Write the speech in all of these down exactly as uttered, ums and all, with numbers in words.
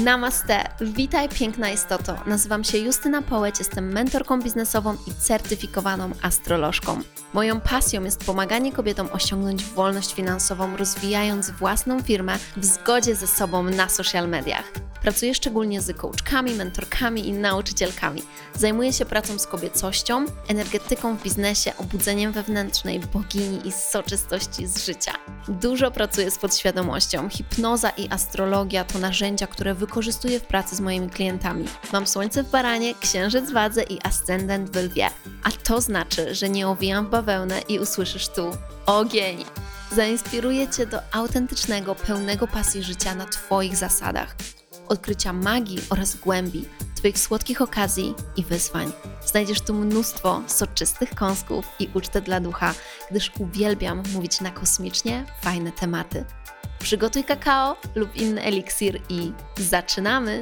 Namaste, witaj piękna istoto. Nazywam się Justyna Połeć, jestem mentorką biznesową i certyfikowaną astrolożką. Moją pasją jest pomaganie kobietom osiągnąć wolność finansową, rozwijając własną firmę w zgodzie ze sobą na social mediach. Pracuję szczególnie z coachkami, mentorkami i nauczycielkami. Zajmuję się pracą z kobiecością, energetyką w biznesie, obudzeniem wewnętrznej bogini i soczystości z życia. Dużo pracuję z podświadomością. Hipnoza i astrologia to narzędzia, które wykorzystuję w pracy z moimi klientami. Mam słońce w baranie, księżyc w wadze i ascendent w lwie. A to znaczy, że nie owijam w bawełnę i usłyszysz tu ogień. Zainspiruję Cię do autentycznego, pełnego pasji życia na Twoich zasadach. Odkrycia magii oraz głębi, Twoich słodkich okazji i wyzwań. Znajdziesz tu mnóstwo soczystych kąsków i ucztę dla ducha, gdyż uwielbiam mówić na kosmicznie fajne tematy. Przygotuj kakao lub inny eliksir i zaczynamy!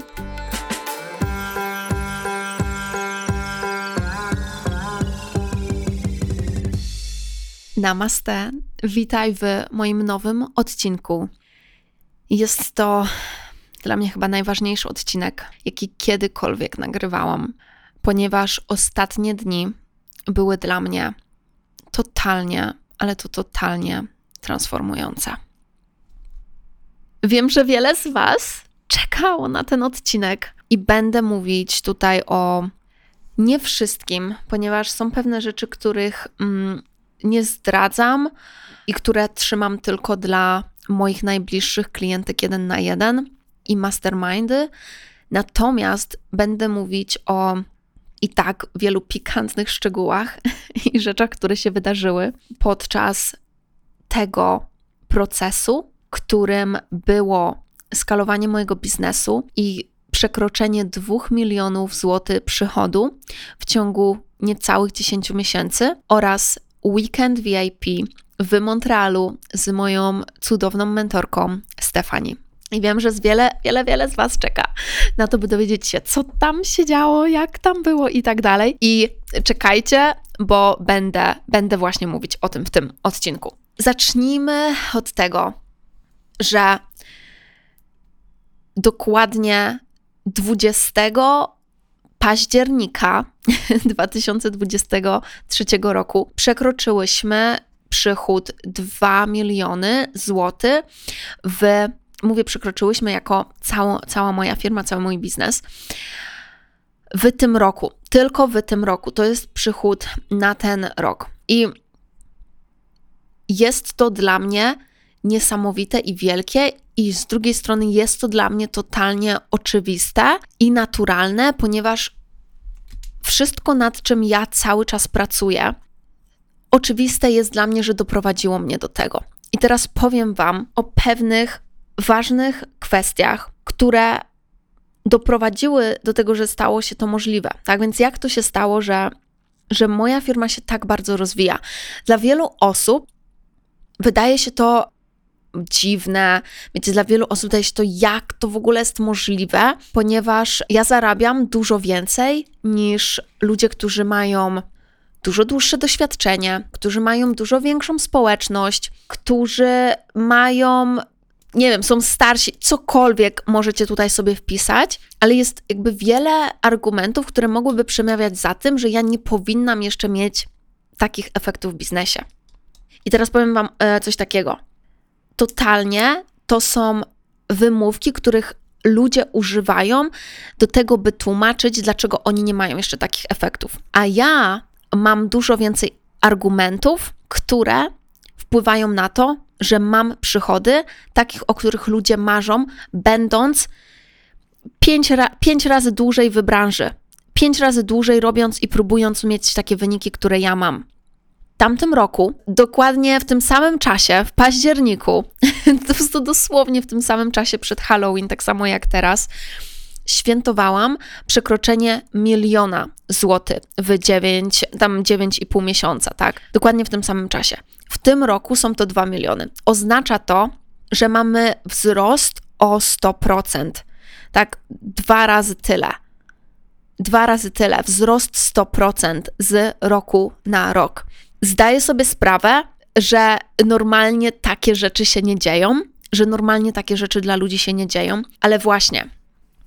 Namaste, witaj w moim nowym odcinku. Jest to dla mnie chyba najważniejszy odcinek, jaki kiedykolwiek nagrywałam, ponieważ ostatnie dni były dla mnie totalnie, ale to totalnie transformujące. Wiem, że wiele z Was czekało na ten odcinek i będę mówić tutaj o nie wszystkim, ponieważ są pewne rzeczy, których mm, nie zdradzam i które trzymam tylko dla moich najbliższych klientek jeden na jeden i mastermindy. Natomiast będę mówić o i tak wielu pikantnych szczegółach i rzeczach, które się wydarzyły podczas tego procesu, którym było skalowanie mojego biznesu i przekroczenie dwóch milionów złotych przychodu w ciągu niecałych dziesięciu miesięcy oraz weekend V I P w Montrealu z moją cudowną mentorką Stefani. I wiem, że z wiele, wiele, wiele z Was czeka na to, by dowiedzieć się, co tam się działo, jak tam było i tak dalej. I czekajcie, bo będę, będę właśnie mówić o tym w tym odcinku. Zacznijmy od tego, że dokładnie dwudziestego października dwa tysiące dwudziestego trzeciego roku przekroczyłyśmy przychód dwa miliony złotych w Mówię, przekroczyłyśmy jako cało, cała moja firma, cały mój biznes w tym roku. Tylko w tym roku. To jest przychód na ten rok. I jest to dla mnie niesamowite i wielkie i z drugiej strony jest to dla mnie totalnie oczywiste i naturalne, ponieważ wszystko, nad czym ja cały czas pracuję, oczywiste jest dla mnie, że doprowadziło mnie do tego. I teraz powiem Wam o pewnych ważnych kwestiach, które doprowadziły do tego, że stało się to możliwe. Tak więc jak to się stało, że, że moja firma się tak bardzo rozwija? Dla wielu osób wydaje się to dziwne, wiecie, dla wielu osób wydaje się to, jak to w ogóle jest możliwe, ponieważ ja zarabiam dużo więcej niż ludzie, którzy mają dużo dłuższe doświadczenie, którzy mają dużo większą społeczność, którzy mają nie wiem, są starsi, cokolwiek możecie tutaj sobie wpisać, ale jest jakby wiele argumentów, które mogłyby przemawiać za tym, że ja nie powinnam jeszcze mieć takich efektów w biznesie. I teraz powiem Wam e, coś takiego. Totalnie to są wymówki, których ludzie używają do tego, by tłumaczyć, dlaczego oni nie mają jeszcze takich efektów. A ja mam dużo więcej argumentów, które wpływają na to, że mam przychody, takich, o których ludzie marzą, będąc pięć, ra- pięć razy dłużej w branży. Pięć razy dłużej robiąc i próbując mieć takie wyniki, które ja mam. W tamtym roku, dokładnie w tym samym czasie, w październiku, po prostu dosłownie w tym samym czasie przed Halloween, tak samo jak teraz, świętowałam przekroczenie miliona złotych w dziewięć, tam dziewięć i pół miesiąca, tak? Dokładnie w tym samym czasie. W tym roku są to dwa miliony. Oznacza to, że mamy wzrost o sto procent, tak? Dwa razy tyle. Dwa razy tyle. Wzrost sto procent z roku na rok. Zdaję sobie sprawę, że normalnie takie rzeczy się nie dzieją, że normalnie takie rzeczy dla ludzi się nie dzieją, ale właśnie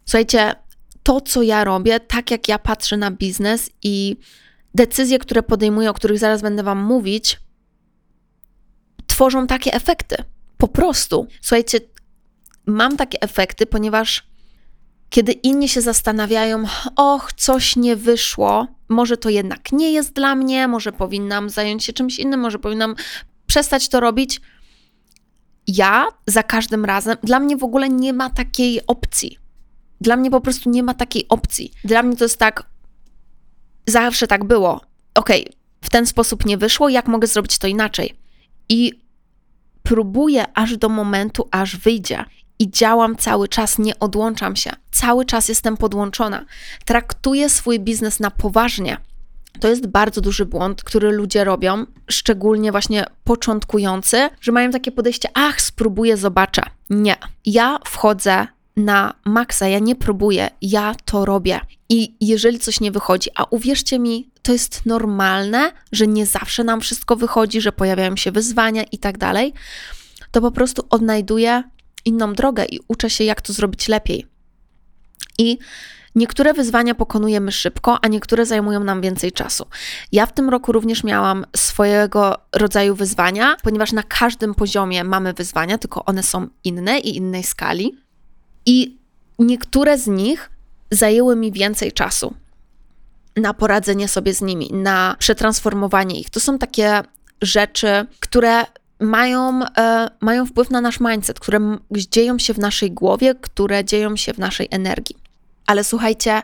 Słuchajcie, to co ja robię, tak jak ja patrzę na biznes i decyzje, które podejmuję, o których zaraz będę wam mówić, tworzą takie efekty. Po prostu. Słuchajcie, mam takie efekty, ponieważ kiedy inni się zastanawiają, och, coś nie wyszło, może to jednak nie jest dla mnie, może powinnam zająć się czymś innym, może powinnam przestać to robić. Ja za każdym razem, dla mnie w ogóle nie ma takiej opcji. Dla mnie po prostu nie ma takiej opcji. Dla mnie to jest tak, zawsze tak było. Okej, w ten sposób nie wyszło, jak mogę zrobić to inaczej? I próbuję aż do momentu, aż wyjdzie. I działam cały czas, nie odłączam się. Cały czas jestem podłączona. Traktuję swój biznes na poważnie. To jest bardzo duży błąd, który ludzie robią, szczególnie właśnie początkujący, że mają takie podejście, ach, spróbuję, zobaczę. Nie. Ja wchodzę na maksa, ja nie próbuję, ja to robię. I jeżeli coś nie wychodzi, a uwierzcie mi, to jest normalne, że nie zawsze nam wszystko wychodzi, że pojawiają się wyzwania i tak dalej, to po prostu odnajduję inną drogę i uczę się, jak to zrobić lepiej. I niektóre wyzwania pokonujemy szybko, a niektóre zajmują nam więcej czasu. Ja w tym roku również miałam swojego rodzaju wyzwania, ponieważ na każdym poziomie mamy wyzwania, tylko one są inne i innej skali. I niektóre z nich zajęły mi więcej czasu na poradzenie sobie z nimi, na przetransformowanie ich. To są takie rzeczy, które mają, e, mają wpływ na nasz mindset, które m- dzieją się w naszej głowie, które dzieją się w naszej energii. Ale słuchajcie,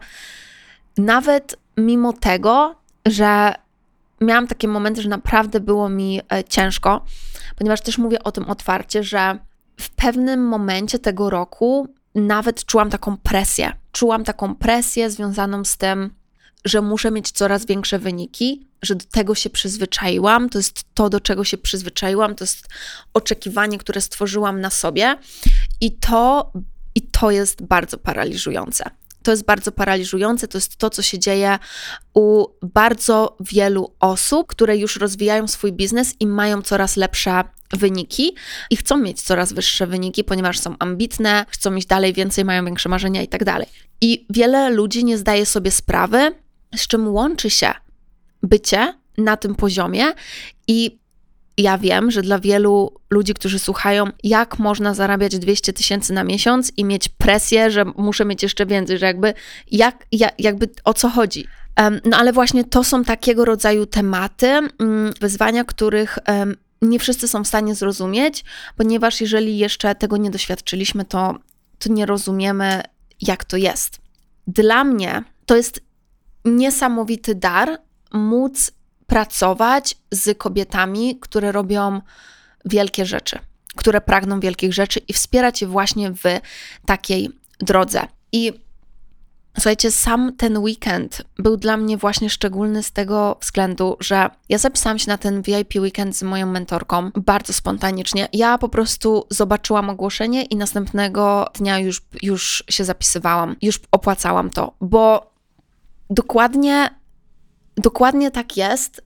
nawet mimo tego, że miałam takie momenty, że naprawdę było mi e, ciężko, ponieważ też mówię o tym otwarcie, że w pewnym momencie tego roku nawet czułam taką presję. Czułam taką presję związaną z tym, że muszę mieć coraz większe wyniki, że do tego się przyzwyczaiłam, to jest to, do czego się przyzwyczaiłam, to jest oczekiwanie, które stworzyłam na sobie i to, i to jest bardzo paraliżujące. To jest bardzo paraliżujące, to jest to, co się dzieje u bardzo wielu osób, które już rozwijają swój biznes i mają coraz lepsze wyniki i chcą mieć coraz wyższe wyniki, ponieważ są ambitne, chcą iść dalej, więcej, mają większe marzenia i tak dalej. I wiele ludzi nie zdaje sobie sprawy, z czym łączy się bycie na tym poziomie i ja wiem, że dla wielu ludzi, którzy słuchają, jak można zarabiać dwieście tysięcy na miesiąc i mieć presję, że muszę mieć jeszcze więcej, że jakby, jak, jak, jakby o co chodzi. Um, no ale właśnie to są takiego rodzaju tematy, um, wyzwania, których um, nie wszyscy są w stanie zrozumieć, ponieważ jeżeli jeszcze tego nie doświadczyliśmy, to, to nie rozumiemy, jak to jest. Dla mnie to jest niesamowity dar móc pracować z kobietami, które robią wielkie rzeczy, które pragną wielkich rzeczy i wspierać je właśnie w takiej drodze. I słuchajcie, sam ten weekend był dla mnie właśnie szczególny z tego względu, że ja zapisałam się na ten V I P weekend z moją mentorką bardzo spontanicznie. Ja po prostu zobaczyłam ogłoszenie i następnego dnia już, już się zapisywałam, już opłacałam to, bo dokładnie, dokładnie tak jest,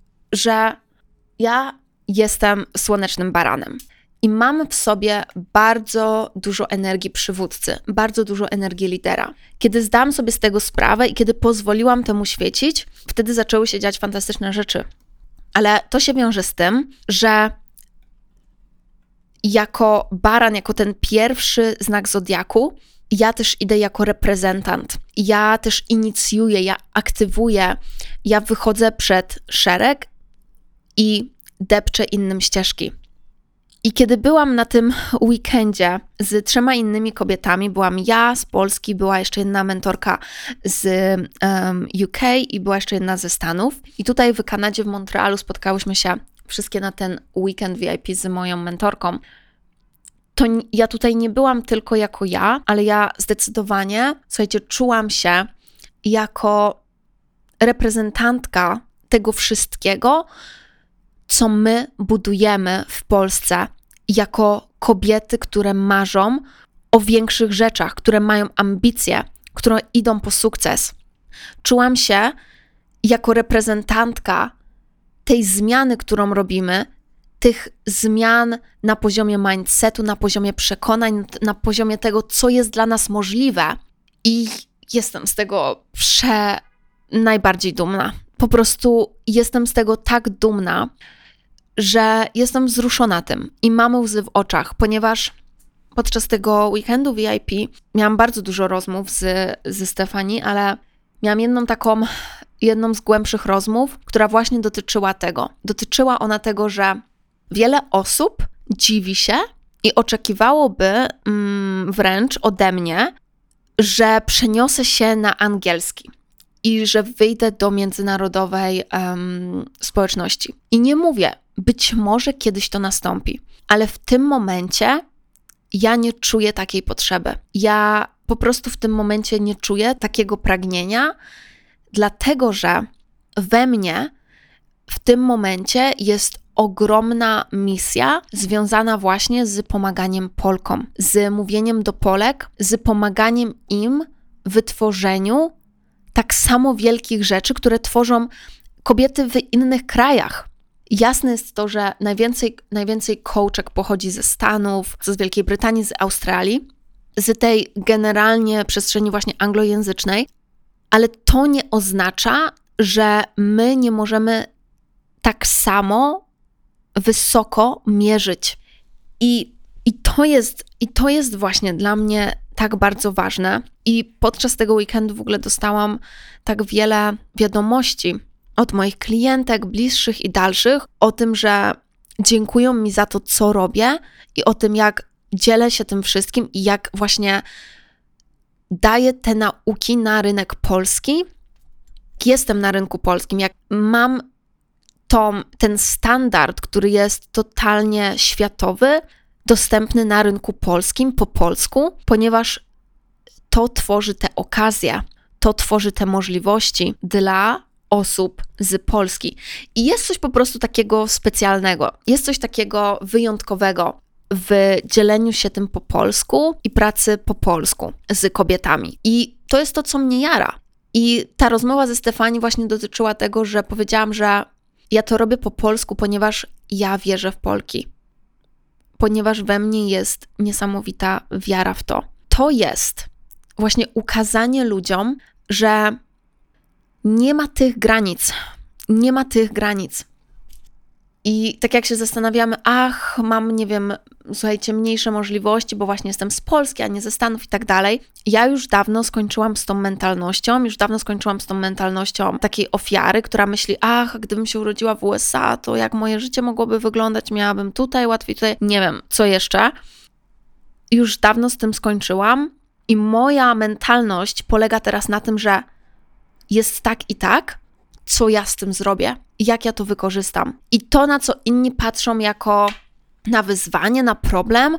że ja jestem słonecznym baranem. I mam w sobie bardzo dużo energii przywódcy, bardzo dużo energii lidera. Kiedy zdałam sobie z tego sprawę i kiedy pozwoliłam temu świecić, wtedy zaczęły się dziać fantastyczne rzeczy. Ale to się wiąże z tym, że jako baran, jako ten pierwszy znak zodiaku, ja też idę jako reprezentant. Ja też inicjuję, ja aktywuję, ja wychodzę przed szereg i depczę innym ścieżki. I kiedy byłam na tym weekendzie z trzema innymi kobietami, byłam ja z Polski, była jeszcze jedna mentorka z um, U K i była jeszcze jedna ze Stanów. I tutaj w Kanadzie, w Montrealu spotkałyśmy się wszystkie na ten weekend V I P z moją mentorką. To ja tutaj nie byłam tylko jako ja, ale ja zdecydowanie, słuchajcie, czułam się jako reprezentantka tego wszystkiego, co my budujemy w Polsce jako kobiety, które marzą o większych rzeczach, które mają ambicje, które idą po sukces. Czułam się jako reprezentantka tej zmiany, którą robimy, tych zmian na poziomie mindsetu, na poziomie przekonań, na poziomie tego, co jest dla nas możliwe. I jestem z tego prze najbardziej dumna. Po prostu jestem z tego tak dumna, że jestem wzruszona tym i mam łzy w oczach, ponieważ podczas tego weekendu V I P miałam bardzo dużo rozmów z, ze Stefanii, ale miałam jedną taką, jedną z głębszych rozmów, która właśnie dotyczyła tego. Dotyczyła ona tego, że wiele osób dziwi się i oczekiwałoby mm, wręcz ode mnie, że przeniosę się na angielski i że wyjdę do międzynarodowej um, społeczności. I nie mówię, być może kiedyś to nastąpi, ale w tym momencie ja nie czuję takiej potrzeby. Ja po prostu w tym momencie nie czuję takiego pragnienia, dlatego że we mnie w tym momencie jest ogromna misja związana właśnie z pomaganiem Polkom, z mówieniem do Polek, z pomaganiem im w tworzeniu tak samo wielkich rzeczy, które tworzą kobiety w innych krajach. Jasne jest to, że najwięcej, najwięcej coachek pochodzi ze Stanów, z Wielkiej Brytanii, z Australii, z tej generalnie przestrzeni właśnie anglojęzycznej, ale to nie oznacza, że my nie możemy tak samo wysoko mierzyć. I, i, to jest, i to jest właśnie dla mnie tak bardzo ważne. I podczas tego weekendu w ogóle dostałam tak wiele wiadomości od moich klientek, bliższych i dalszych o tym, że dziękują mi za to, co robię i o tym, jak dzielę się tym wszystkim i jak właśnie daję te nauki na rynek polski. Jak jestem na rynku polskim, jak mam tą, ten standard, który jest totalnie światowy, dostępny na rynku polskim, po polsku, ponieważ to tworzy te okazje, to tworzy te możliwości dla osób z Polski. I jest coś po prostu takiego specjalnego, jest coś takiego wyjątkowego w dzieleniu się tym po polsku i pracy po polsku z kobietami. I to jest to, co mnie jara. I ta rozmowa ze Stefanii właśnie dotyczyła tego, że powiedziałam, że ja to robię po polsku, ponieważ ja wierzę w Polki. Ponieważ we mnie jest niesamowita wiara w to. To jest właśnie ukazanie ludziom, że nie ma tych granic. Nie ma tych granic. I tak jak się zastanawiamy, ach, mam, nie wiem, słuchajcie, mniejsze możliwości, bo właśnie jestem z Polski, a nie ze Stanów i tak dalej. Ja już dawno skończyłam z tą mentalnością, już dawno skończyłam z tą mentalnością takiej ofiary, która myśli, ach, gdybym się urodziła w U S A, to jak moje życie mogłoby wyglądać, miałabym tutaj łatwiej, tutaj, nie wiem, co jeszcze. Już dawno z tym skończyłam i moja mentalność polega teraz na tym, że jest tak i tak, co ja z tym zrobię, jak ja to wykorzystam. I to, na co inni patrzą jako na wyzwanie, na problem,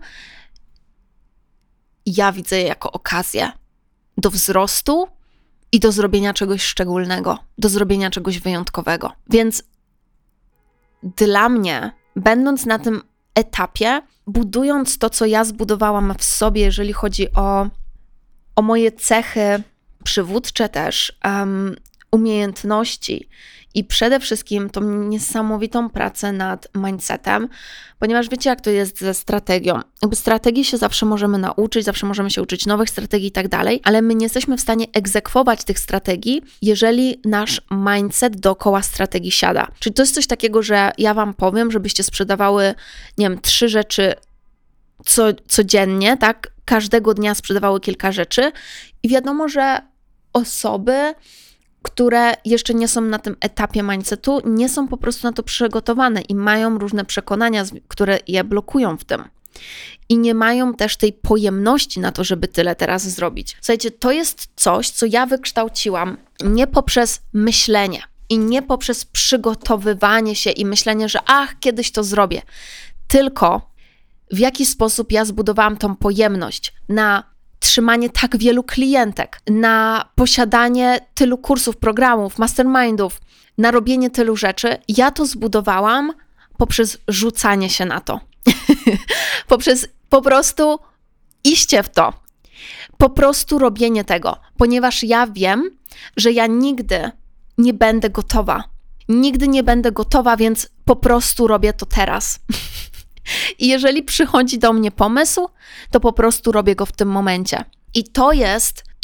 ja widzę je jako okazję do wzrostu i do zrobienia czegoś szczególnego, do zrobienia czegoś wyjątkowego. Więc dla mnie, będąc na tym etapie, budując to, co ja zbudowałam w sobie, jeżeli chodzi o, o moje cechy przywódcze też, um, umiejętności i przede wszystkim tą niesamowitą pracę nad mindsetem, ponieważ wiecie, jak to jest ze strategią. Jakby strategii się zawsze możemy nauczyć, zawsze możemy się uczyć nowych strategii i tak dalej, ale my nie jesteśmy w stanie egzekwować tych strategii, jeżeli nasz mindset dookoła strategii siada. Czyli to jest coś takiego, że ja wam powiem, żebyście sprzedawały, nie wiem, trzy rzeczy co, codziennie, tak? Każdego dnia sprzedawały kilka rzeczy i wiadomo, że osoby, które jeszcze nie są na tym etapie mindsetu, nie są po prostu na to przygotowane i mają różne przekonania, które je blokują w tym. I nie mają też tej pojemności na to, żeby tyle teraz zrobić. Słuchajcie, to jest coś, co ja wykształciłam nie poprzez myślenie i nie poprzez przygotowywanie się i myślenie, że ach, kiedyś to zrobię, tylko w jaki sposób ja zbudowałam tą pojemność na trzymanie tak wielu klientek, na posiadanie tylu kursów, programów, mastermindów, na robienie tylu rzeczy. Ja to zbudowałam poprzez rzucanie się na to. poprzez po prostu iście w to. Po prostu robienie tego, ponieważ ja wiem, że ja nigdy nie będę gotowa. Nigdy nie będę gotowa, więc po prostu robię to teraz. I jeżeli przychodzi do mnie pomysł, to po prostu robię go w tym momencie. I to jest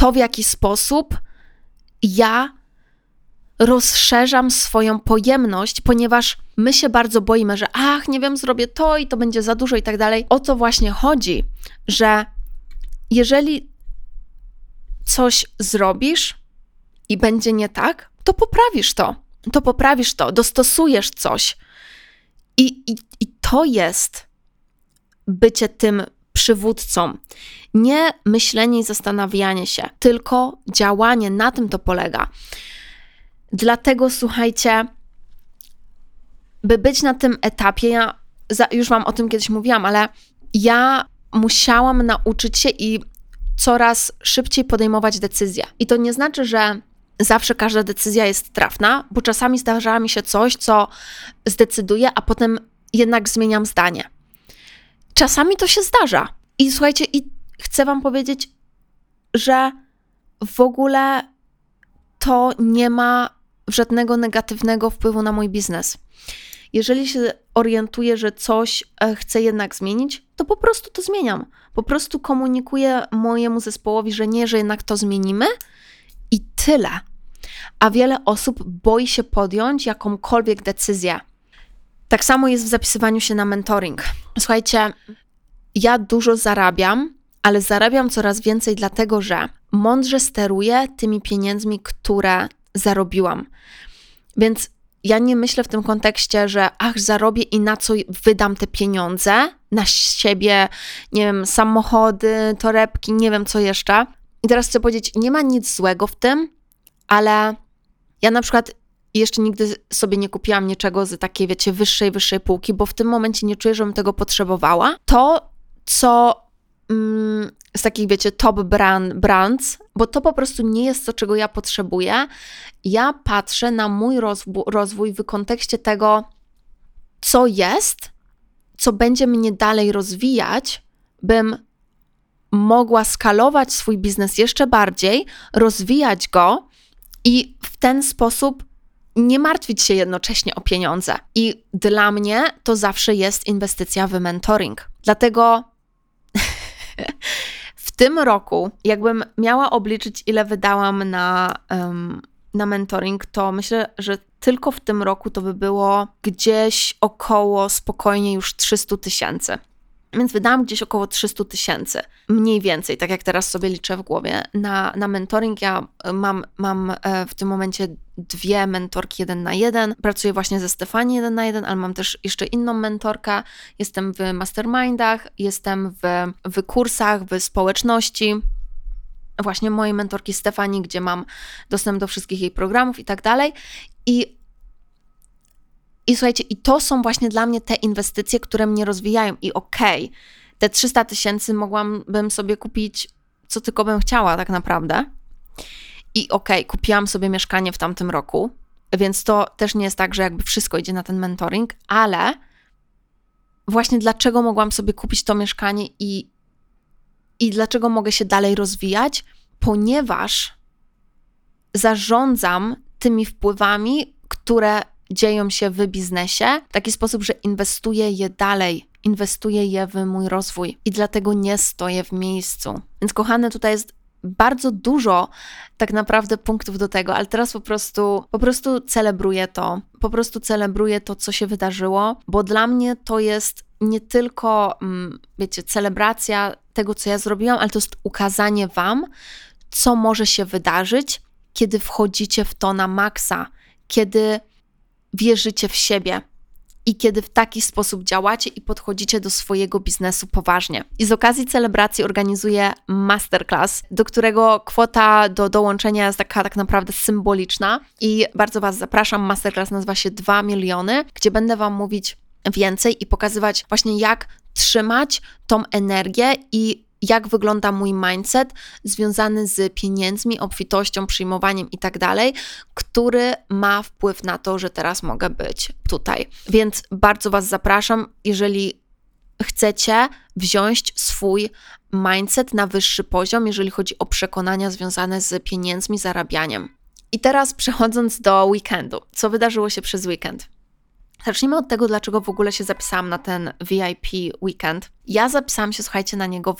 to, w jaki sposób ja rozszerzam swoją pojemność, ponieważ my się bardzo boimy, że ach, nie wiem, zrobię to i to będzie za dużo i tak dalej. O to właśnie chodzi, że jeżeli coś zrobisz i będzie nie tak, to poprawisz to, to poprawisz to, dostosujesz coś. I, i, i to jest bycie tym przywódcą. Nie myślenie i zastanawianie się, tylko działanie, na tym to polega. Dlatego słuchajcie, by być na tym etapie, ja za, już wam o tym kiedyś mówiłam, ale ja musiałam nauczyć się i coraz szybciej podejmować decyzje. I to nie znaczy, że zawsze każda decyzja jest trafna, bo czasami zdarza mi się coś, co zdecyduję, a potem jednak zmieniam zdanie. Czasami to się zdarza. I słuchajcie, i chcę wam powiedzieć, że w ogóle to nie ma żadnego negatywnego wpływu na mój biznes. Jeżeli się orientuję, że coś chcę jednak zmienić, to po prostu to zmieniam. Po prostu komunikuję mojemu zespołowi, że nie, że jednak to zmienimy i tyle. A wiele osób boi się podjąć jakąkolwiek decyzję. Tak samo jest w zapisywaniu się na mentoring. Słuchajcie, ja dużo zarabiam, ale zarabiam coraz więcej dlatego, że mądrze steruję tymi pieniędzmi, które zarobiłam. Więc ja nie myślę w tym kontekście, że ach, zarobię i na co wydam te pieniądze, na siebie, nie wiem, samochody, torebki, nie wiem co jeszcze. I teraz chcę powiedzieć, nie ma nic złego w tym, ale ja na przykład jeszcze nigdy sobie nie kupiłam niczego z takiej, wiecie, wyższej, wyższej półki, bo w tym momencie nie czuję, żebym tego potrzebowała. To, co mm, z takich, wiecie, top brand, brands, bo to po prostu nie jest to, czego ja potrzebuję. Ja patrzę na mój rozwój, rozwój w kontekście tego, co jest, co będzie mnie dalej rozwijać, bym mogła skalować swój biznes jeszcze bardziej, rozwijać go i w ten sposób nie martwić się jednocześnie o pieniądze. I dla mnie to zawsze jest inwestycja w mentoring. Dlatego w tym roku, jakbym miała obliczyć, ile wydałam na, um, na mentoring, to myślę, że tylko w tym roku to by było gdzieś około spokojnie już trzysta tysięcy. Więc wydałam gdzieś około trzysta tysięcy, mniej więcej, tak jak teraz sobie liczę w głowie, na, na mentoring. Ja mam, mam w tym momencie dwie mentorki jeden na jeden, pracuję właśnie ze Stefanią jeden na jeden, ale mam też jeszcze inną mentorkę, jestem w mastermindach, jestem w, w kursach, w społeczności, właśnie mojej mentorki Stefanii, gdzie mam dostęp do wszystkich jej programów i tak dalej. I I słuchajcie, i to są właśnie dla mnie te inwestycje, które mnie rozwijają. I okej, okay, te trzysta tysięcy mogłabym sobie kupić, co tylko bym chciała tak naprawdę. I okej, okay, kupiłam sobie mieszkanie w tamtym roku, więc to też nie jest tak, że jakby wszystko idzie na ten mentoring, ale właśnie dlaczego mogłam sobie kupić to mieszkanie i, i dlaczego mogę się dalej rozwijać? Ponieważ zarządzam tymi wpływami, które dzieją się w biznesie w taki sposób, że inwestuję je dalej, inwestuję je w mój rozwój i dlatego nie stoję w miejscu. Więc kochane, tutaj jest bardzo dużo tak naprawdę punktów do tego, ale teraz po prostu, po prostu celebruję to, po prostu celebruję to, co się wydarzyło, bo dla mnie to jest nie tylko, wiecie, celebracja tego, co ja zrobiłam, ale to jest ukazanie wam, co może się wydarzyć, kiedy wchodzicie w to na maksa, kiedy wierzycie w siebie i kiedy w taki sposób działacie i podchodzicie do swojego biznesu poważnie. I z okazji celebracji organizuję masterclass, do którego kwota do dołączenia jest taka tak naprawdę symboliczna i bardzo was zapraszam. Masterclass nazywa się dwa miliony, gdzie będę wam mówić więcej i pokazywać właśnie, jak trzymać tą energię i jak wygląda mój mindset związany z pieniędzmi, obfitością, przyjmowaniem i tak dalej, który ma wpływ na to, że teraz mogę być tutaj. Więc bardzo was zapraszam, jeżeli chcecie wziąć swój mindset na wyższy poziom, jeżeli chodzi o przekonania związane z pieniędzmi, zarabianiem. I teraz przechodząc do weekendu. Co wydarzyło się przez weekend? Zacznijmy od tego, dlaczego w ogóle się zapisałam na ten V I P weekend. Ja zapisałam się, słuchajcie, na niego w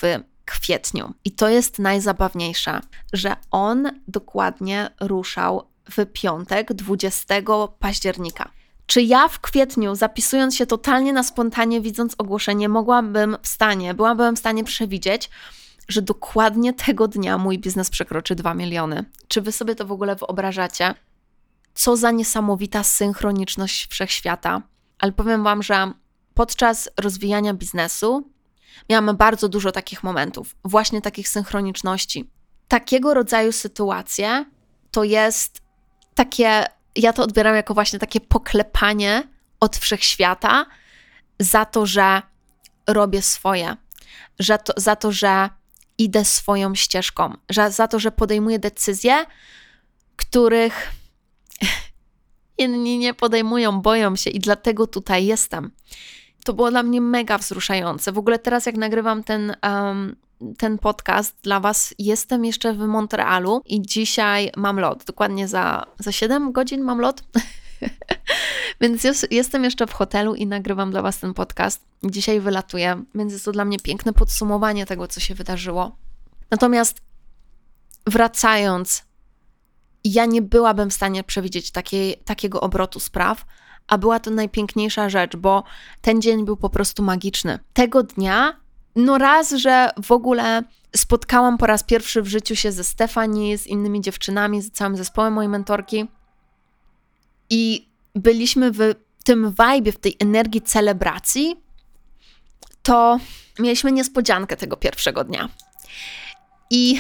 kwietniu. I to jest najzabawniejsze, że on dokładnie ruszał w piątek, dwudziestego października. Czy ja w kwietniu, zapisując się totalnie na spontanie, widząc ogłoszenie, mogłabym w stanie, byłabym w stanie przewidzieć, że dokładnie tego dnia mój biznes przekroczy dwa miliony. Czy wy sobie to w ogóle wyobrażacie? Co za niesamowita synchroniczność wszechświata. Ale powiem wam, że podczas rozwijania biznesu miałam bardzo dużo takich momentów, właśnie takich synchroniczności. Takiego rodzaju sytuacje to jest takie, ja to odbieram jako właśnie takie poklepanie od wszechświata za to, że robię swoje, że to, za to, że idę swoją ścieżką, że za to, że podejmuję decyzje, których inni nie podejmują, boją się i dlatego tutaj jestem. To było dla mnie mega wzruszające. W ogóle teraz jak nagrywam ten, um, ten podcast dla was, jestem jeszcze w Montrealu i dzisiaj mam lot. Dokładnie za, za siedem godzin mam lot. Więc jest, jestem jeszcze w hotelu i nagrywam dla was ten podcast. Dzisiaj wylatuję, więc jest to dla mnie piękne podsumowanie tego, co się wydarzyło. Natomiast wracając, ja nie byłabym w stanie przewidzieć takiej, takiego obrotu spraw, a była to najpiękniejsza rzecz, bo ten dzień był po prostu magiczny. Tego dnia, no raz, że w ogóle spotkałam po raz pierwszy w życiu się ze Stefanii, z innymi dziewczynami, z całym zespołem mojej mentorki i byliśmy w tym vibe'ie, w tej energii celebracji, to mieliśmy niespodziankę tego pierwszego dnia. I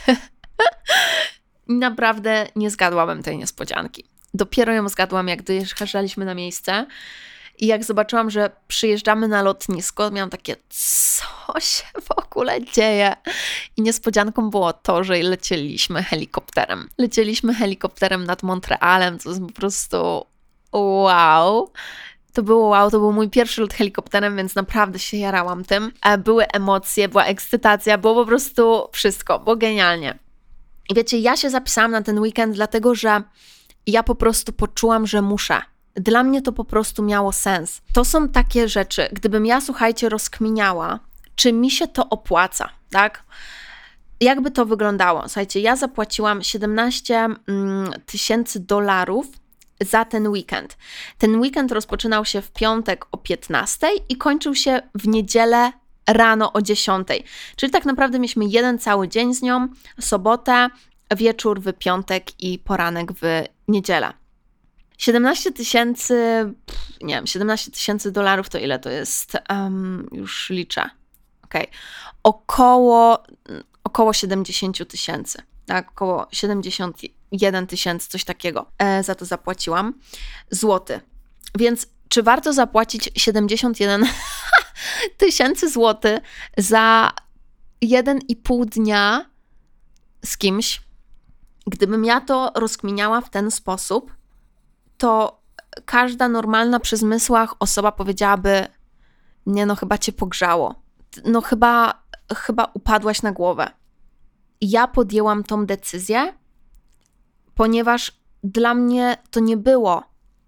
naprawdę nie zgadłabym tej niespodzianki. Dopiero ją zgadłam, jak dojeżdżaliśmy na miejsce i jak zobaczyłam, że przyjeżdżamy na lotnisko, miałam takie, co się w ogóle dzieje? I niespodzianką było to, że lecieliśmy helikopterem. Lecieliśmy helikopterem nad Montrealem, co jest po prostu wow. To było wow, to był mój pierwszy lot helikopterem, więc naprawdę się jarałam tym. Były emocje, była ekscytacja, było po prostu wszystko, było genialnie. I wiecie, ja się zapisałam na ten weekend, dlatego że ja po prostu poczułam, że muszę. Dla mnie to po prostu miało sens. To są takie rzeczy, gdybym ja, słuchajcie, rozkminiała, czy mi się to opłaca, tak? Jakby to wyglądało? Słuchajcie, ja zapłaciłam siedemnaście tysięcy dolarów za ten weekend. Ten weekend rozpoczynał się w piątek o piętnastej i kończył się w niedzielę rano o dziesiątej. Czyli tak naprawdę mieliśmy jeden cały dzień z nią, sobotę, wieczór w piątek i poranek w niedzielę. siedemnaście tysięcy, nie wiem, siedemnaście tysięcy dolarów to ile to jest? Um, już liczę. Okay. Około, około siedemdziesiąt tysięcy, tak? Około siedemdziesiąt jeden tysięcy, coś takiego e, za to zapłaciłam. Złoty. Więc czy warto zapłacić siedemdziesiąt jeden tysięcy złotych za jeden i pół dnia z kimś? Gdybym ja to rozkminiała w ten sposób, to każda normalna przy zmysłach osoba powiedziałaby, nie no, chyba cię pogrzało. No chyba, chyba upadłaś na głowę. Ja podjęłam tą decyzję, ponieważ dla mnie to nie było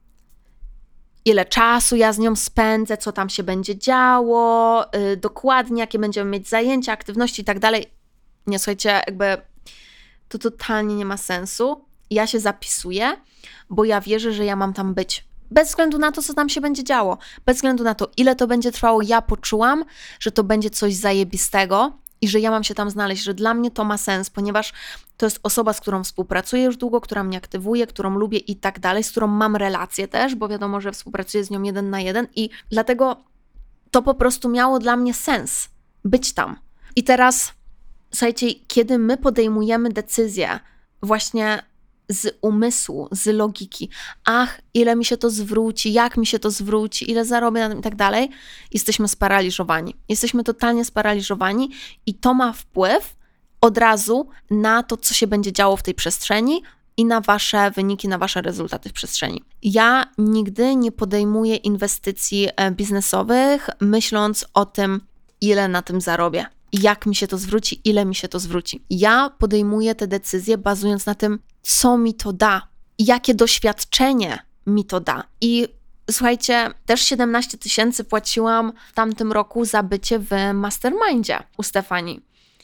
ile czasu ja z nią spędzę, co tam się będzie działo, yy, dokładnie jakie będziemy mieć zajęcia, aktywności i tak dalej. Nie, słuchajcie, jakby to totalnie nie ma sensu. Ja się zapisuję, bo ja wierzę, że ja mam tam być. Bez względu na to, co tam się będzie działo. Bez względu na to, ile to będzie trwało, ja poczułam, że to będzie coś zajebistego i że ja mam się tam znaleźć, że dla mnie to ma sens, ponieważ to jest osoba, z którą współpracuję już długo, która mnie aktywuje, którą lubię i tak dalej, z którą mam relację też, bo wiadomo, że współpracuję z nią jeden na jeden i dlatego to po prostu miało dla mnie sens być tam. I teraz, słuchajcie, kiedy my podejmujemy decyzję właśnie z umysłu, z logiki, ach, ile mi się to zwróci, jak mi się to zwróci, ile zarobię na tym i tak dalej, jesteśmy sparaliżowani. Jesteśmy totalnie sparaliżowani i to ma wpływ od razu na to, co się będzie działo w tej przestrzeni i na wasze wyniki, na wasze rezultaty w przestrzeni. Ja nigdy nie podejmuję inwestycji biznesowych, myśląc o tym, ile na tym zarobię. Jak mi się to zwróci, ile mi się to zwróci. Ja podejmuję te decyzje bazując na tym, co mi to da, jakie doświadczenie mi to da. I słuchajcie, też siedemnaście tysięcy płaciłam w tamtym roku za bycie w mastermindzie u Stefanii.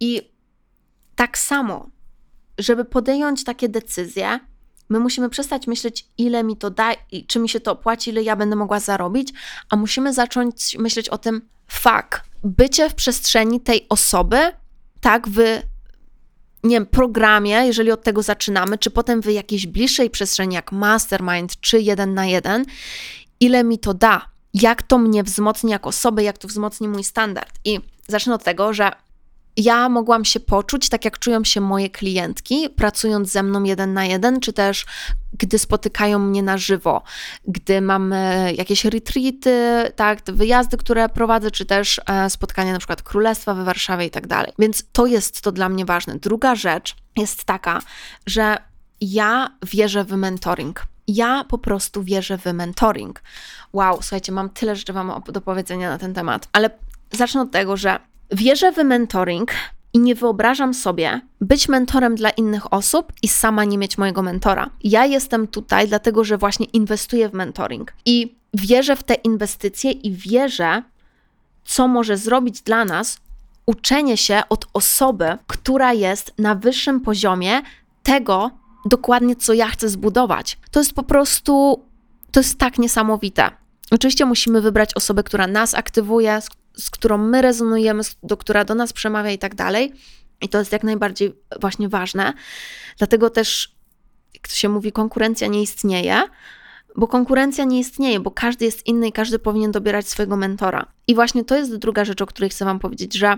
I tak samo, żeby podjąć takie decyzje, my musimy przestać myśleć, ile mi to da i czy mi się to opłaci, ile ja będę mogła zarobić, a musimy zacząć myśleć o tym, fuck, bycie w przestrzeni tej osoby, tak, w, nie wiem, programie, jeżeli od tego zaczynamy, czy potem w jakiejś bliższej przestrzeni, jak mastermind, czy jeden na jeden, ile mi to da, jak to mnie wzmocni jako osobę, jak to wzmocni mój standard. I zacznę od tego, że ja mogłam się poczuć tak, jak czują się moje klientki, pracując ze mną jeden na jeden, czy też gdy spotykają mnie na żywo, gdy mamy jakieś retreaty, tak, te wyjazdy, które prowadzę, czy też e, spotkania na przykład Królestwa we Warszawie i tak dalej. Więc to jest to dla mnie ważne. Druga rzecz jest taka, że ja wierzę w mentoring. Ja po prostu wierzę w mentoring. Wow, słuchajcie, mam tyle rzeczy wam do powiedzenia na ten temat, ale zacznę od tego, że wierzę w mentoring i nie wyobrażam sobie być mentorem dla innych osób i sama nie mieć mojego mentora. Ja jestem tutaj dlatego, że właśnie inwestuję w mentoring i wierzę w te inwestycje i wierzę, co może zrobić dla nas uczenie się od osoby, która jest na wyższym poziomie tego dokładnie, co ja chcę zbudować. To jest po prostu, to jest tak niesamowite. Oczywiście musimy wybrać osobę, która nas aktywuje, z którą my rezonujemy, do która do nas przemawia i tak dalej. I to jest jak najbardziej właśnie ważne. Dlatego też, jak to się mówi, konkurencja nie istnieje, bo konkurencja nie istnieje, bo każdy jest inny i każdy powinien dobierać swojego mentora. I właśnie to jest druga rzecz, o której chcę wam powiedzieć, że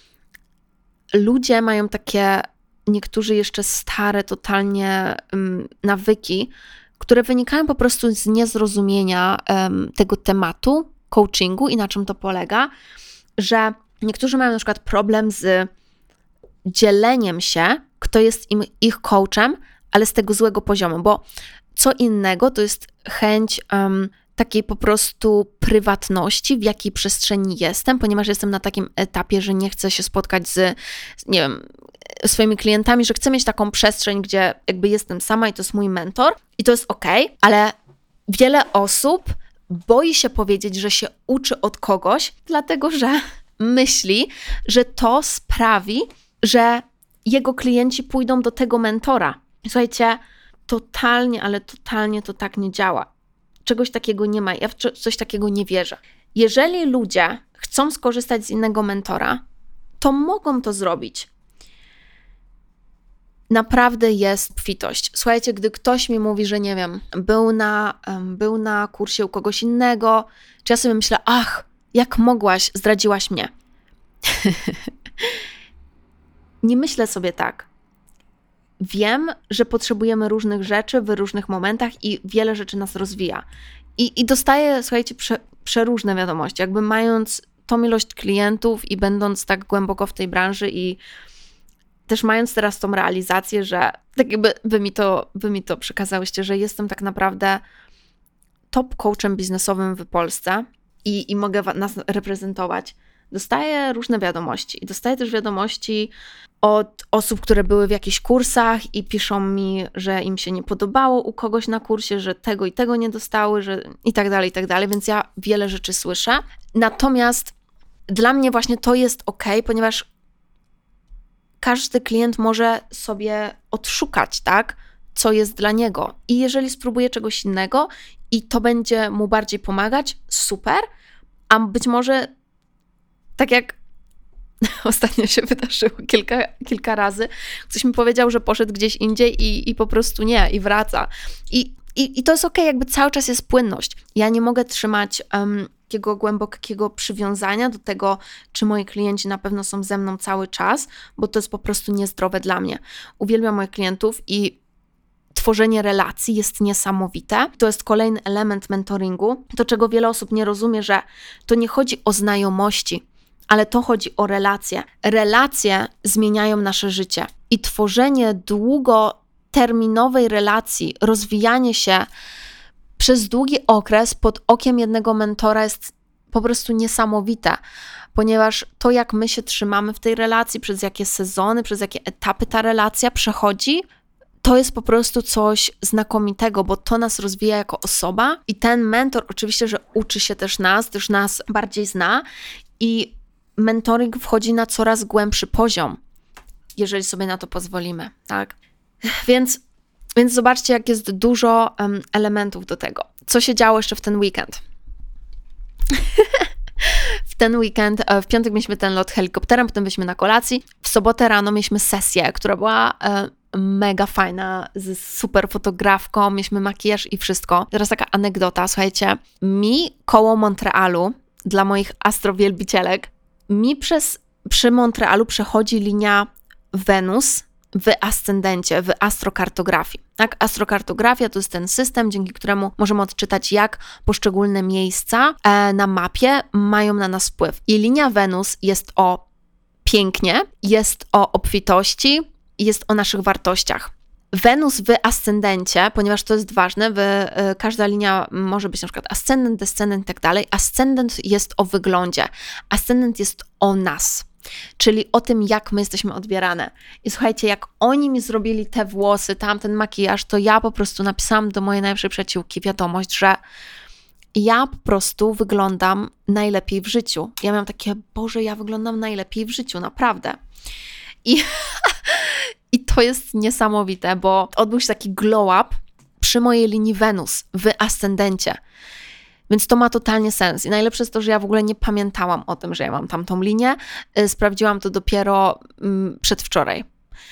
ludzie mają takie, niektórzy jeszcze stare totalnie um, nawyki, które wynikają po prostu z niezrozumienia um, tego tematu, coachingu i na czym to polega, że niektórzy mają na przykład problem z dzieleniem się, kto jest im, ich coachem, ale z tego złego poziomu, bo co innego to jest chęć um, takiej po prostu prywatności, w jakiej przestrzeni jestem, ponieważ jestem na takim etapie, że nie chcę się spotkać z, nie wiem, swoimi klientami, że chcę mieć taką przestrzeń, gdzie jakby jestem sama i to jest mój mentor i to jest okej, ale wiele osób boi się powiedzieć, że się uczy od kogoś, dlatego że myśli, że to sprawi, że jego klienci pójdą do tego mentora. Słuchajcie, totalnie, ale totalnie to tak nie działa. Czegoś takiego nie ma. Ja w coś takiego nie wierzę. Jeżeli ludzie chcą skorzystać z innego mentora, to mogą to zrobić. Naprawdę jest obfitość. Słuchajcie, gdy ktoś mi mówi, że nie wiem, był na, um, był na kursie u kogoś innego, czy ja sobie myślę, ach, jak mogłaś, zdradziłaś mnie. Nie myślę sobie tak. Wiem, że potrzebujemy różnych rzeczy w różnych momentach i wiele rzeczy nas rozwija. I, i dostaję, słuchajcie, prze, przeróżne wiadomości. Jakby mając tą ilość klientów i będąc tak głęboko w tej branży i też mając teraz tą realizację, że tak jakby wy mi to, wy mi to przekazałyście, że jestem tak naprawdę top coachem biznesowym w Polsce i, i mogę nas reprezentować. Dostaję różne wiadomości i dostaję też wiadomości od osób, które były w jakichś kursach i piszą mi, że im się nie podobało u kogoś na kursie, że tego i tego nie dostały, że i tak dalej, i tak dalej, więc ja wiele rzeczy słyszę. Natomiast dla mnie właśnie to jest okej, ponieważ każdy klient może sobie odszukać, tak, co jest dla niego. I jeżeli spróbuje czegoś innego i to będzie mu bardziej pomagać, super, a być może tak jak ostatnio się wydarzyło kilka, kilka razy, ktoś mi powiedział, że poszedł gdzieś indziej i, i po prostu nie, i wraca. I, i, i to jest okej, jakby cały czas jest płynność. Ja nie mogę trzymać um, takiego głębokiego przywiązania do tego, czy moi klienci na pewno są ze mną cały czas, bo to jest po prostu niezdrowe dla mnie. Uwielbiam moich klientów i tworzenie relacji jest niesamowite. To jest kolejny element mentoringu. To, czego wiele osób nie rozumie, że to nie chodzi o znajomości, ale to chodzi o relacje. Relacje zmieniają nasze życie i tworzenie długoterminowej relacji, rozwijanie się przez długi okres pod okiem jednego mentora jest po prostu niesamowite, ponieważ to, jak my się trzymamy w tej relacji, przez jakie sezony, przez jakie etapy ta relacja przechodzi, to jest po prostu coś znakomitego, bo to nas rozwija jako osoba i ten mentor oczywiście, że uczy się też nas, też nas bardziej zna i mentoring wchodzi na coraz głębszy poziom. jeżeli sobie na to pozwolimy, tak? Więc, więc zobaczcie, jak jest dużo um, elementów do tego. Co się działo jeszcze w ten weekend? W ten weekend, w piątek mieliśmy ten lot helikopterem, potem byliśmy na kolacji. W sobotę rano mieliśmy sesję, która była e, mega fajna, z super fotografką, mieliśmy makijaż i wszystko. Teraz taka anegdota, słuchajcie, mi koło Montrealu, dla moich astrowielbicielek, mi przez, przy Montrealu przechodzi linia Wenus w ascendencie, w astrokartografii. Tak? Astrokartografia to jest ten system, dzięki któremu możemy odczytać, jak poszczególne miejsca e, na mapie mają na nas wpływ. I linia Wenus jest o pięknie, jest o obfitości, jest o naszych wartościach. Wenus w ascendencie, ponieważ to jest ważne, w, y, każda linia może być na przykład ascendent, descendent i tak dalej. Ascendent jest o wyglądzie, ascendent jest o nas, czyli o tym, jak my jesteśmy odbierane. I słuchajcie, jak oni mi zrobili te włosy, tamten makijaż, to ja po prostu napisałam do mojej najlepszej przyjaciółki wiadomość, że ja po prostu wyglądam najlepiej w życiu. Ja miałam takie, Boże, ja wyglądam najlepiej w życiu, naprawdę. I... I to jest niesamowite, bo odbył się taki glow up przy mojej linii Wenus w ascendencie. Więc to ma totalnie sens. I najlepsze jest to, że ja w ogóle nie pamiętałam o tym, że ja mam tamtą linię. Sprawdziłam to dopiero mm, przedwczoraj.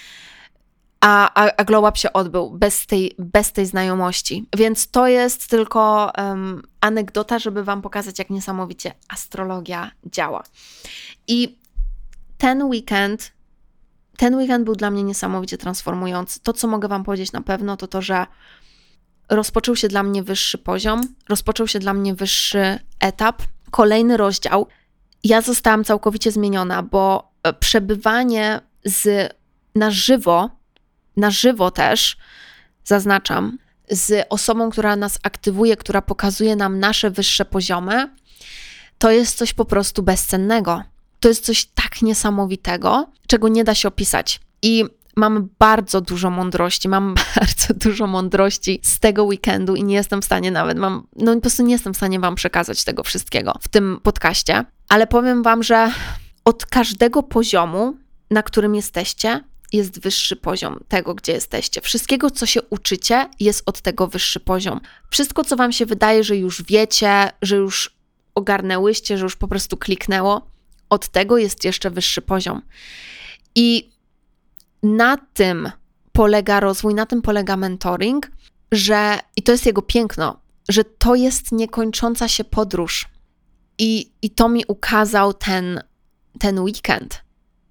A, a, a glow up się odbył bez tej, bez tej znajomości. Więc to jest tylko um, anegdota, żeby wam pokazać, jak niesamowicie astrologia działa. I ten weekend... Ten weekend był dla mnie niesamowicie transformujący. To, co mogę wam powiedzieć na pewno, to to, że rozpoczął się dla mnie wyższy poziom, rozpoczął się dla mnie wyższy etap, kolejny rozdział. Ja zostałam całkowicie zmieniona, bo przebywanie z, na żywo, na żywo też, zaznaczam, z osobą, która nas aktywuje, która pokazuje nam nasze wyższe poziomy, to jest coś po prostu bezcennego. To jest coś tak niesamowitego, czego nie da się opisać. I mam bardzo dużo mądrości, mam bardzo dużo mądrości z tego weekendu i nie jestem w stanie nawet, mam, no po prostu nie jestem w stanie wam przekazać tego wszystkiego w tym podcaście, ale powiem wam, że od każdego poziomu, na którym jesteście, jest wyższy poziom tego, gdzie jesteście. Wszystkiego, co się uczycie, jest od tego wyższy poziom. Wszystko, co wam się wydaje, że już wiecie, że już ogarnęłyście, że już po prostu kliknęło, od tego jest jeszcze wyższy poziom. I na tym polega rozwój, na tym polega mentoring, że, i to jest jego piękno, że to jest niekończąca się podróż. I, i to mi ukazał ten, ten weekend.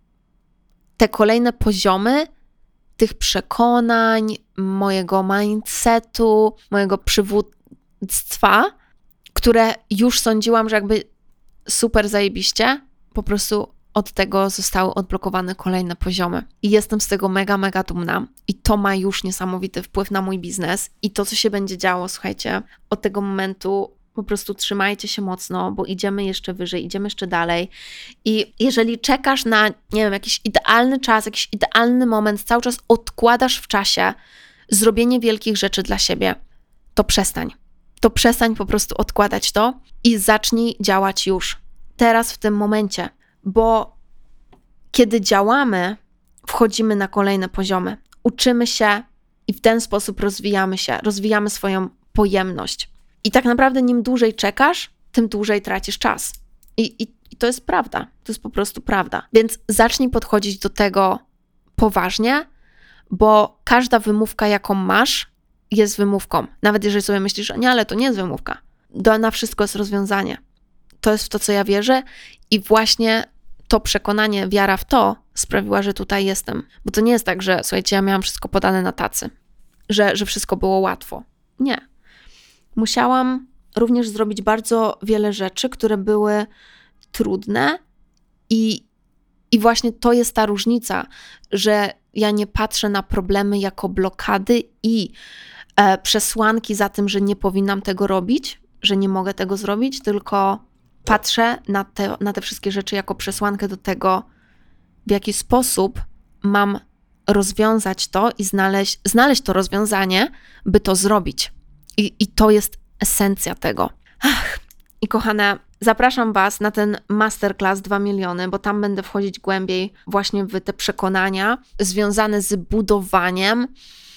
Te kolejne poziomy tych przekonań, mojego mindsetu, mojego przywództwa, które już sądziłam, że jakby super zajebiście, po prostu od tego zostały odblokowane kolejne poziomy. I jestem z tego mega, mega dumna. I to ma już niesamowity wpływ na mój biznes. I to, co się będzie działo, słuchajcie, od tego momentu po prostu trzymajcie się mocno, bo idziemy jeszcze wyżej, idziemy jeszcze dalej. I jeżeli czekasz na, nie wiem, jakiś idealny czas, jakiś idealny moment, cały czas odkładasz w czasie zrobienie wielkich rzeczy dla siebie, to przestań. To przestań po prostu odkładać to i zacznij działać już. Teraz, w tym momencie. Bo kiedy działamy, wchodzimy na kolejne poziomy. Uczymy się i w ten sposób rozwijamy się, rozwijamy swoją pojemność. I tak naprawdę im dłużej czekasz, tym dłużej tracisz czas. I, i, i to jest prawda. To jest po prostu prawda. Więc zacznij podchodzić do tego poważnie, bo każda wymówka, jaką masz, jest wymówką. Nawet jeżeli sobie myślisz, że nie, ale to nie jest wymówka. Do, na wszystko jest rozwiązanie. To jest w to, co ja wierzę i właśnie to przekonanie, wiara w to sprawiła, że tutaj jestem. Bo to nie jest tak, że słuchajcie, ja miałam wszystko podane na tacy, że, że wszystko było łatwo. Nie. Musiałam również zrobić bardzo wiele rzeczy, które były trudne i, i właśnie to jest ta różnica, że ja nie patrzę na problemy jako blokady i e, przesłanki za tym, że nie powinnam tego robić, że nie mogę tego zrobić, tylko patrzę na te, na te wszystkie rzeczy jako przesłankę do tego, w jaki sposób mam rozwiązać to i znaleźć, znaleźć to rozwiązanie, by to zrobić. I, i to jest esencja tego. Ach, i kochane, zapraszam Was na ten masterclass dwa miliony, bo tam będę wchodzić głębiej właśnie w te przekonania związane z budowaniem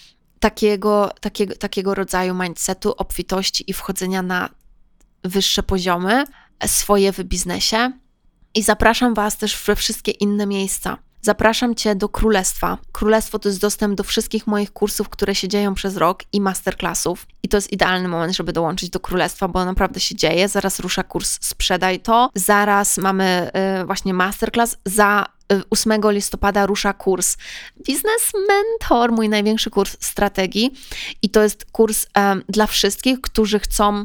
takiego, takiego, takiego rodzaju mindsetu, obfitości i wchodzenia na wyższe poziomy swoje w biznesie. I zapraszam Was też we wszystkie inne miejsca. Zapraszam Cię do Królestwa. Królestwo to jest dostęp do wszystkich moich kursów, które się dzieją przez rok i masterclassów. I to jest idealny moment, żeby dołączyć do Królestwa, bo naprawdę się dzieje. Zaraz rusza kurs Sprzedaj to. Zaraz mamy y, właśnie masterclass. Za y, ósmego listopada rusza kurs Biznes Mentor, mój największy kurs strategii. I to jest kurs y, dla wszystkich, którzy chcą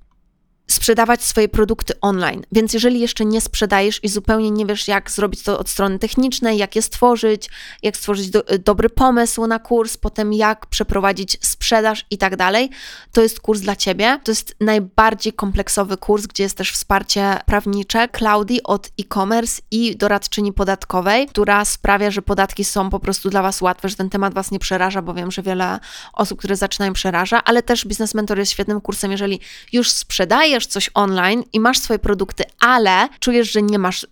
sprzedawać swoje produkty online. Więc jeżeli jeszcze nie sprzedajesz i zupełnie nie wiesz, jak zrobić to od strony technicznej, jak je stworzyć, jak stworzyć do, dobry pomysł na kurs, potem jak przeprowadzić sprzedaż i tak dalej, to jest kurs dla Ciebie. To jest najbardziej kompleksowy kurs, gdzie jest też wsparcie prawnicze Klaudii od e-commerce i doradczyni podatkowej, która sprawia, że podatki są po prostu dla Was łatwe, że ten temat Was nie przeraża, bo wiem, że wiele osób, które zaczynają, przeraża, ale też Biznes Mentor jest świetnym kursem, jeżeli już sprzedajesz coś online i masz swoje produkty, ale czujesz, że nie masz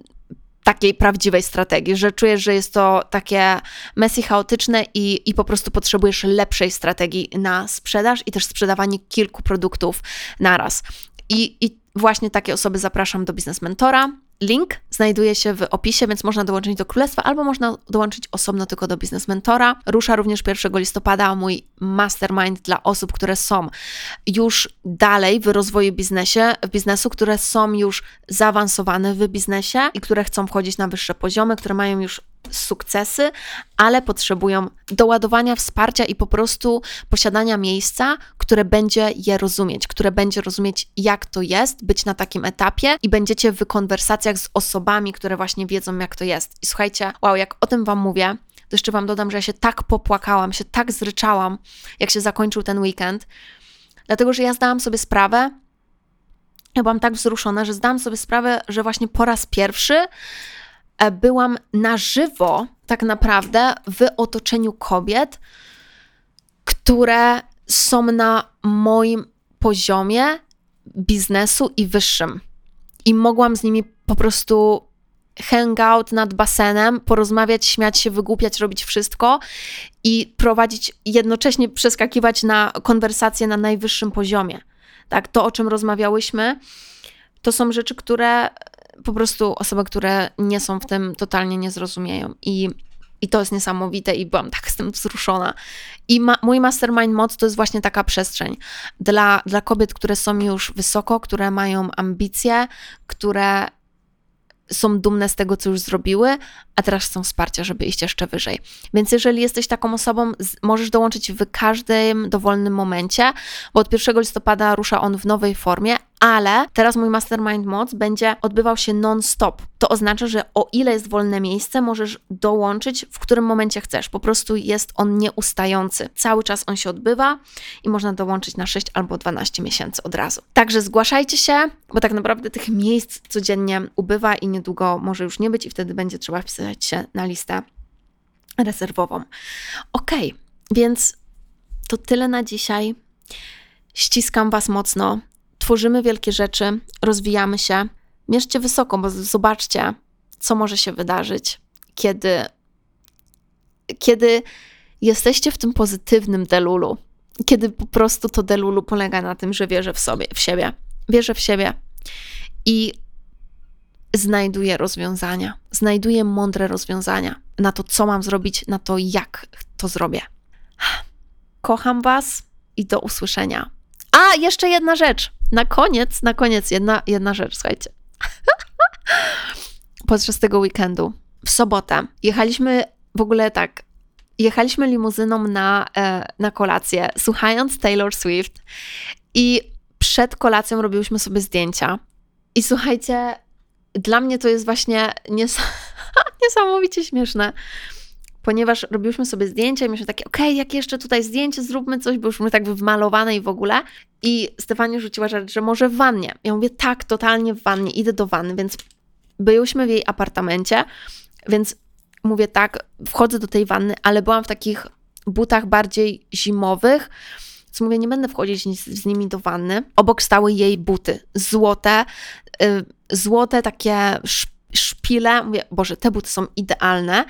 takiej prawdziwej strategii, że czujesz, że jest to takie messy, chaotyczne i, i po prostu potrzebujesz lepszej strategii na sprzedaż i też sprzedawanie kilku produktów naraz. I, i właśnie takie osoby zapraszam do Biznes Mentora. Link znajduje się w opisie, więc można dołączyć do Królestwa albo można dołączyć osobno tylko do Biznes Mentora. Rusza również pierwszego listopada mój mastermind dla osób, które są już dalej w rozwoju biznesie, biznesu, które są już zaawansowane w biznesie i które chcą wchodzić na wyższe poziomy, które mają już sukcesy, ale potrzebują doładowania, wsparcia i po prostu posiadania miejsca, które będzie je rozumieć, które będzie rozumieć, jak to jest być na takim etapie i będziecie w konwersacjach z osobami, które właśnie wiedzą, jak to jest. I słuchajcie, wow, jak o tym Wam mówię, to jeszcze Wam dodam, że ja się tak popłakałam, się tak zryczałam, jak się zakończył ten weekend, dlatego, że ja zdałam sobie sprawę, ja byłam tak wzruszona, że zdałam sobie sprawę, że właśnie po raz pierwszy byłam na żywo tak naprawdę w otoczeniu kobiet, które są na moim poziomie biznesu i wyższym. I mogłam z nimi po prostu hangout nad basenem, porozmawiać, śmiać się, wygłupiać, robić wszystko i prowadzić, jednocześnie przeskakiwać na konwersacje na najwyższym poziomie. Tak, to, o czym rozmawiałyśmy, to są rzeczy, które po prostu osoby, które nie są w tym, totalnie nie zrozumieją. I, i to jest niesamowite i byłam tak z tym wzruszona. I ma, mój Mastermind Moc to jest właśnie taka przestrzeń dla, dla kobiet, które są już wysoko, które mają ambicje, które są dumne z tego, co już zrobiły, a teraz chcą wsparcia, żeby iść jeszcze wyżej. Więc jeżeli jesteś taką osobą, możesz dołączyć w każdym dowolnym momencie, bo od pierwszego listopada rusza on w nowej formie, ale teraz mój Mastermind Moc będzie odbywał się non-stop. To oznacza, że o ile jest wolne miejsce, możesz dołączyć w którym momencie chcesz. Po prostu jest on nieustający. Cały czas on się odbywa i można dołączyć na sześć albo dwanaście miesięcy od razu. Także zgłaszajcie się, bo tak naprawdę tych miejsc codziennie ubywa i niedługo może już nie być i wtedy będzie trzeba wpisać się na listę rezerwową. Okej, więc to tyle na dzisiaj. Ściskam Was mocno. Tworzymy wielkie rzeczy, rozwijamy się. Mierzcie wysoko, bo zobaczcie, co może się wydarzyć, kiedy, kiedy jesteście w tym pozytywnym delulu. Kiedy po prostu to delulu polega na tym, że wierzę w sobie, w siebie. Wierzę w siebie i znajduję rozwiązania. Znajduję mądre rozwiązania na to, co mam zrobić, na to, jak to zrobię. Kocham Was i do usłyszenia. A, jeszcze jedna rzecz. Na koniec, na koniec jedna, jedna rzecz, słuchajcie. Podczas tego weekendu, w sobotę, jechaliśmy w ogóle tak, jechaliśmy limuzyną na, na kolację, słuchając Taylor Swift i przed kolacją robiłyśmy sobie zdjęcia. I słuchajcie, dla mnie to jest właśnie nies- niesamowicie śmieszne, ponieważ robiłyśmy sobie zdjęcia i mieliśmy takie, okej, okay, jak jeszcze tutaj zdjęcie, zróbmy coś, bo już my tak wymalowane i w ogóle. I Stefania rzuciła żart, że może w wannie. Ja mówię, tak, totalnie w wannie, idę do wanny, więc byłyśmy w jej apartamencie, więc mówię tak, wchodzę do tej wanny, ale byłam w takich butach bardziej zimowych, Więc mówię, nie będę wchodzić z, z nimi do wanny. Obok stały jej buty, złote, yy, złote takie sz, szpile. Mówię, Boże, te buty są idealne.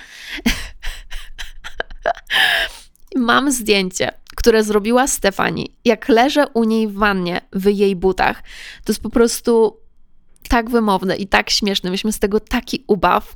Mam zdjęcie, które zrobiła Stefani, jak leżę u niej w wannie, w jej butach. To jest po prostu tak wymowne i tak śmieszne. Myśmy z tego taki ubaw.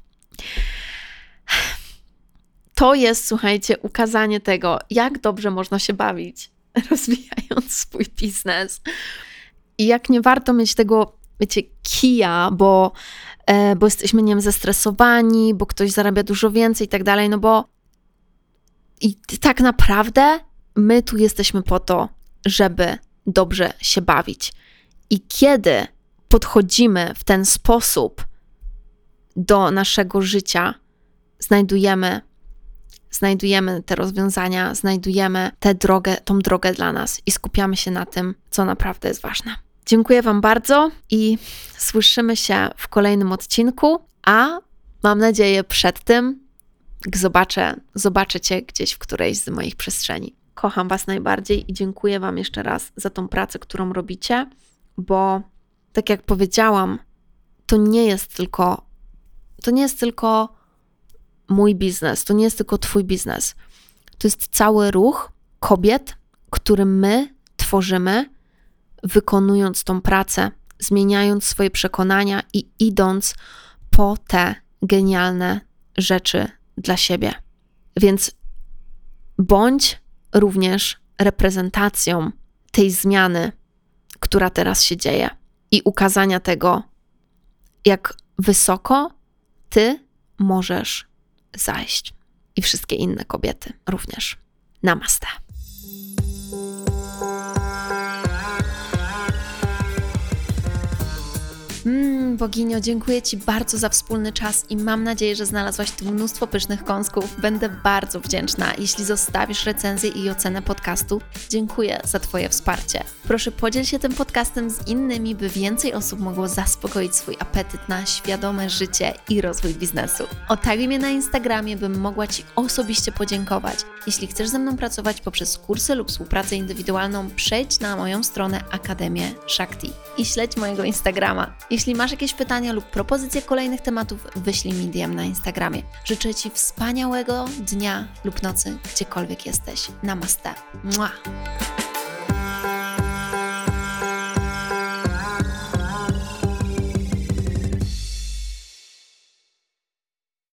To jest, słuchajcie, ukazanie tego, jak dobrze można się bawić, rozwijając swój biznes. I jak nie warto mieć tego, wiecie, kija, bo, e, bo jesteśmy, nie wiem, zestresowani, bo ktoś zarabia dużo więcej i tak dalej, no bo i tak naprawdę my tu jesteśmy po to, żeby dobrze się bawić. I kiedy podchodzimy w ten sposób do naszego życia, znajdujemy, znajdujemy te rozwiązania, znajdujemy tę drogę, tą drogę dla nas i skupiamy się na tym, co naprawdę jest ważne. Dziękuję Wam bardzo i słyszymy się w kolejnym odcinku, a mam nadzieję przed tym zobaczę, zobaczę Cię gdzieś w którejś z moich przestrzeni. Kocham Was najbardziej i dziękuję Wam jeszcze raz za tą pracę, którą robicie, bo tak jak powiedziałam, to nie jest tylko, to nie jest tylko mój biznes, to nie jest tylko Twój biznes. To jest cały ruch kobiet, który my tworzymy, wykonując tą pracę, zmieniając swoje przekonania i idąc po te genialne rzeczy dla siebie. Więc bądź również reprezentacją tej zmiany, która teraz się dzieje i ukazania tego, jak wysoko Ty możesz zajść. I wszystkie inne kobiety również. Namaste. Mm, boginio, dziękuję Ci bardzo za wspólny czas i mam nadzieję, że znalazłaś tu mnóstwo pysznych kąsków. Będę bardzo wdzięczna, jeśli zostawisz recenzję i ocenę podcastu. Dziękuję za Twoje wsparcie. Proszę podziel się tym podcastem z innymi, by więcej osób mogło zaspokoić swój apetyt na świadome życie i rozwój biznesu. Otaguj mnie na Instagramie, bym mogła Ci osobiście podziękować. Jeśli chcesz ze mną pracować poprzez kursy lub współpracę indywidualną, przejdź na moją stronę Akademię Shakti i śledź mojego Instagrama. Jeśli masz jakieś pytania lub propozycje kolejnych tematów, wyślij mi D M na Instagramie. Życzę Ci wspaniałego dnia lub nocy, gdziekolwiek jesteś. Namaste. Mua.